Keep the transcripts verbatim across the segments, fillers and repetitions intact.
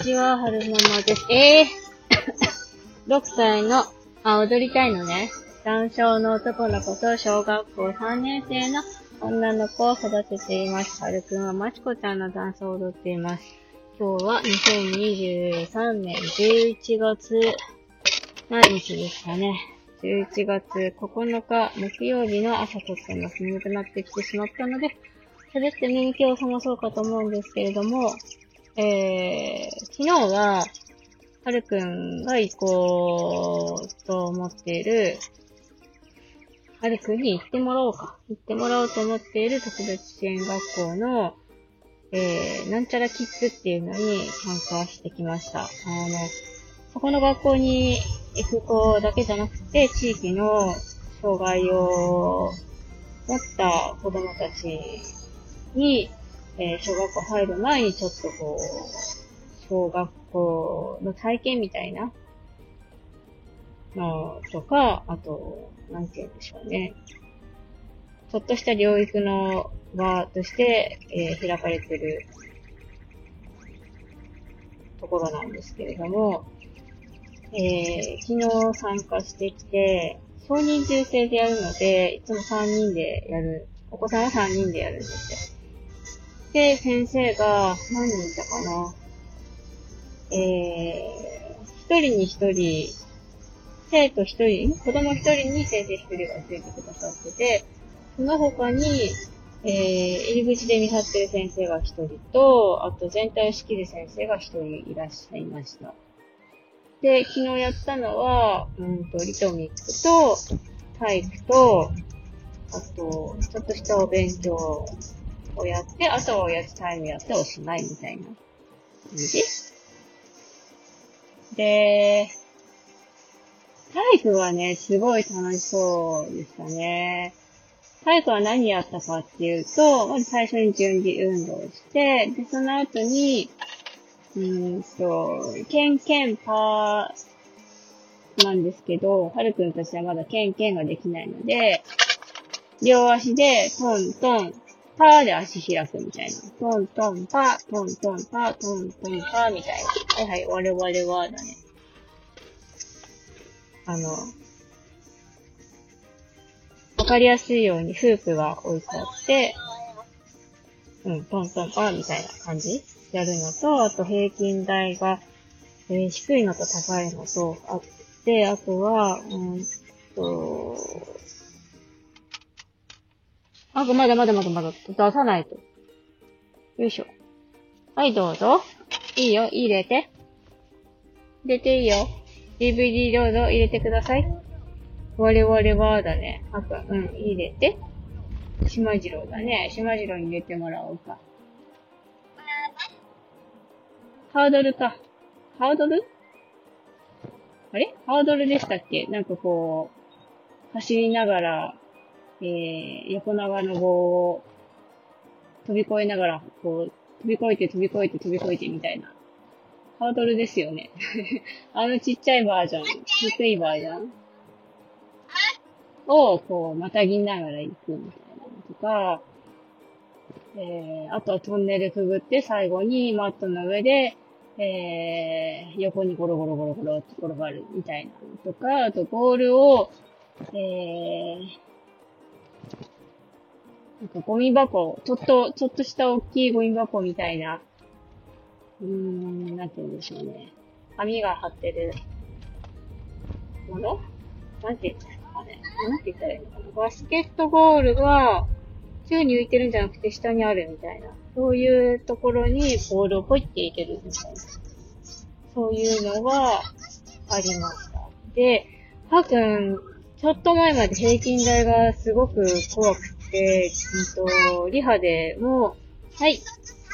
ちは、はるままです。えー、ろくさいの、あ、踊りたいのね。男性の男の子と小学校さんねん生の女の子を育てています。はるくんはまちこちゃんのダンスを踊っています。今日はにせんにじゅうさんねんじゅういちがつ、何日ですかね。じゅういちがつここのか木曜日の朝とっても眠くなってきてしまったので、喋って眠気を覚まそうかと思うんですけれども、えー、昨日は、はるくんが行こうと思っている、はるくんに行ってもらおうか。行ってもらおうと思っている特別支援学校の、えー、なんちゃらキッズっていうのに参加してきました。あの、そこの学校に行く子だけじゃなくて、地域の障害を持った子供たちに、えー、小学校入る前にちょっとこう、小学校の体験みたいなのとか、あと、なんて言うんでしょうね。ちょっとした療育の場として、えー、開かれてるところなんですけれども、えー、昨日参加してきて、少人数制でやるので、いつもさんにんでやる、お子さんはさんにんでやるんですよ。で、先生が、何人いたかなえー、一人に一人、生徒一人、子供一人に先生一人がついてくださってて、その他に、えー、入り口で見張ってる先生が一人と、あと全体を仕切る先生が一人いらっしゃいました。で、昨日やったのは、うんと、リトミックと、体育と、あと、ちょっとしたお勉強をやって、あとはおやつタイムやっておしまいみたいな感じで、体育はね、すごい楽しそうでしたね。体育は何やったかっていうと、まず最初に準備運動をして、で、その後に、うーんと、ケンケンパーなんですけど、はるくんたちはまだケンケンができないので、両足でトントン、パーで足開くみたいな。トントンパー、トントンパー、トントンパーみたいな。はいはい、我々はだね。あの、わかりやすいようにフープが置いてあって、うん、トントンパーみたいな感じやるのと、あと平均台が、えー、低いのと高いのとあって、あとは、うんと、あ、まだまだまだまだ出さないと。よいしょ。はい、どうぞ。いいよ、入れて。入れていいよ。ディーブイディー どうぞ入れてください。我々はだね。あと、うん、入れて。しまじろうだね。しまじろうに入れてもらおうか。ハードルか。ハードルあれハードルでしたっけなんかこう、走りながら、えー、横長の棒を飛び越えながら、こう、飛び越えて飛び越えて飛び越えてみたいな。ハードルですよね。あのちっちゃいバージョン、低いバージョンを、こう、またぎながら行くみたいなのとか、えー、あとはトンネルくぐって最後にマットの上で、えー、横にゴロゴロゴロゴロって転がるみたいなのとか、あとボールを、えー、なんかゴミ箱、ちょっと、ちょっとした大きいゴミ箱みたいな、うーん、なんて言うんでしょうね。網が張ってるものなんて言ったらいいのかね。なんて言ったらいいのかな。バスケットゴールが宙に浮いてるんじゃなくて下にあるみたいな。そういうところにボールをポイって入れるみたいな。そういうのがありました。で、はーくん、ちょっと前まで平均台がすごく怖くて、うんと、リハでも、はい。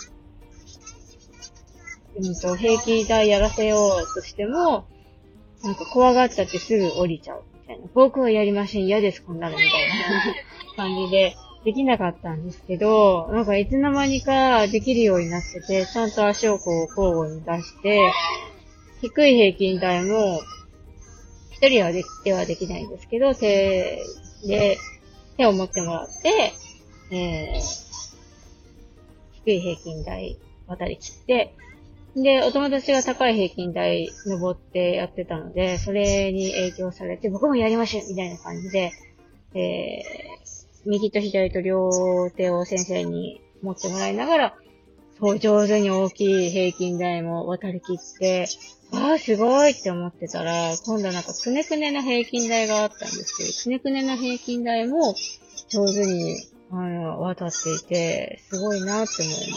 うんと、平均台やらせようとしても、なんか怖がっちゃってすぐ降りちゃうみたいな。僕はやりません。嫌です、こんなのみたいな感じでできなかったんですけど、なんかいつの間にかできるようになってて、ちゃんと足をこう交互に出して、低い平均台も、一人はできてはできないんですけど、手で、手を持ってもらって、えー、低い平均台渡り切って、 で、お友達が高い平均台登ってやってたので、それに影響されて、僕もやりましょうみたいな感じで、えー、右と左と両手を先生に持ってもらいながら、そう、上手に大きい平均台も渡り切って、ああ、すごいって思ってたら、今度はなんかくねくねの平均台があったんですけど、くねくねの平均台も上手に、あの、渡っていて、すごいなって思いました。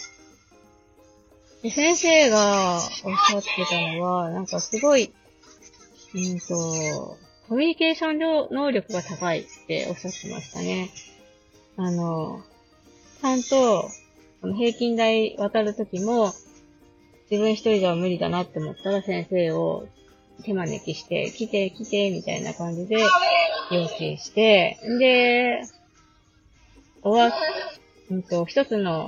で、先生がおっしゃってたのは、なんかすごい、うんと、コミュニケーション能力が高いっておっしゃってましたね。あの、ちゃんと、平均台渡るときも、自分一人では無理だなって思ったら先生を手招きして、来て来てみたいな感じで要求して、で、終わっ、うんと、一つの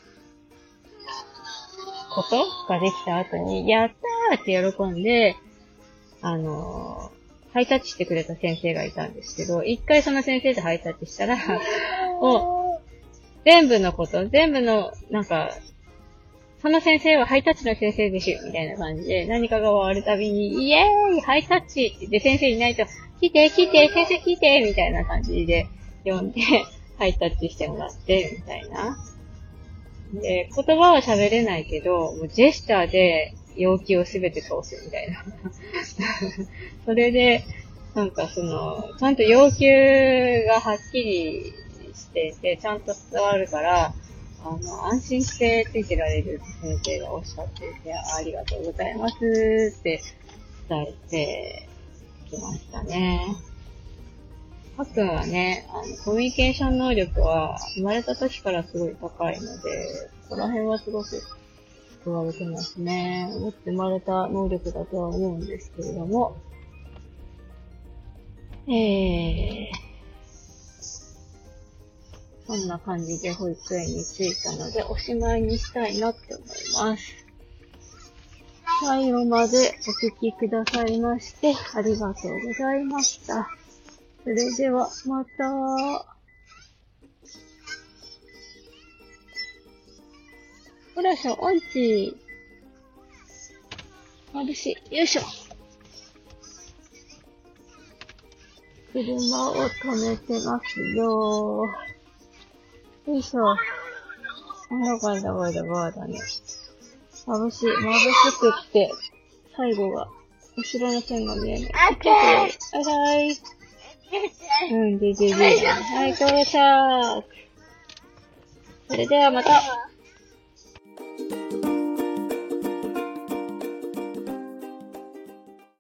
ことができた後に、やったーって喜んで、あの、ハイタッチしてくれた先生がいたんですけど、一回その先生とハイタッチしたら、もう、全部のこと、全部の、なんか、その先生はハイタッチの先生でしょみたいな感じで、何かが終わるたびに、イエーイハイタッチって言って先生いないと、来て来て先生来てみたいな感じで呼んで、ハイタッチしてもらって、みたいな。で、言葉は喋れないけど、もうジェスチャーで要求をすべて通すみたいな。それで、なんかその、ちゃんと要求がはっきりしていて、ちゃんと伝わるから、あの、安心してついてられるって先生がおっしゃっていて、ありがとうございますって伝えてきましたね。はっくんはね、あの、コミュニケーション能力は生まれた時からすごい高いので、ここら辺はすごく救われてますね。持って生まれた能力だとは思うんですけれども、えー、そんな感じで保育園に着いたので、おしまいにしたいなって思います。最後までお聞きくださいまして、ありがとうございました。それでは、また。ほらしょ、おんち。まぶしい。よいしょ。車を止めてますよ。よいしょ。あら、ガイだガイだガイだね。まぶしい。まぶしくって、最後が、後ろの線が見えない。あったーはいはい。うん、ででで。はい、到着。それではまた。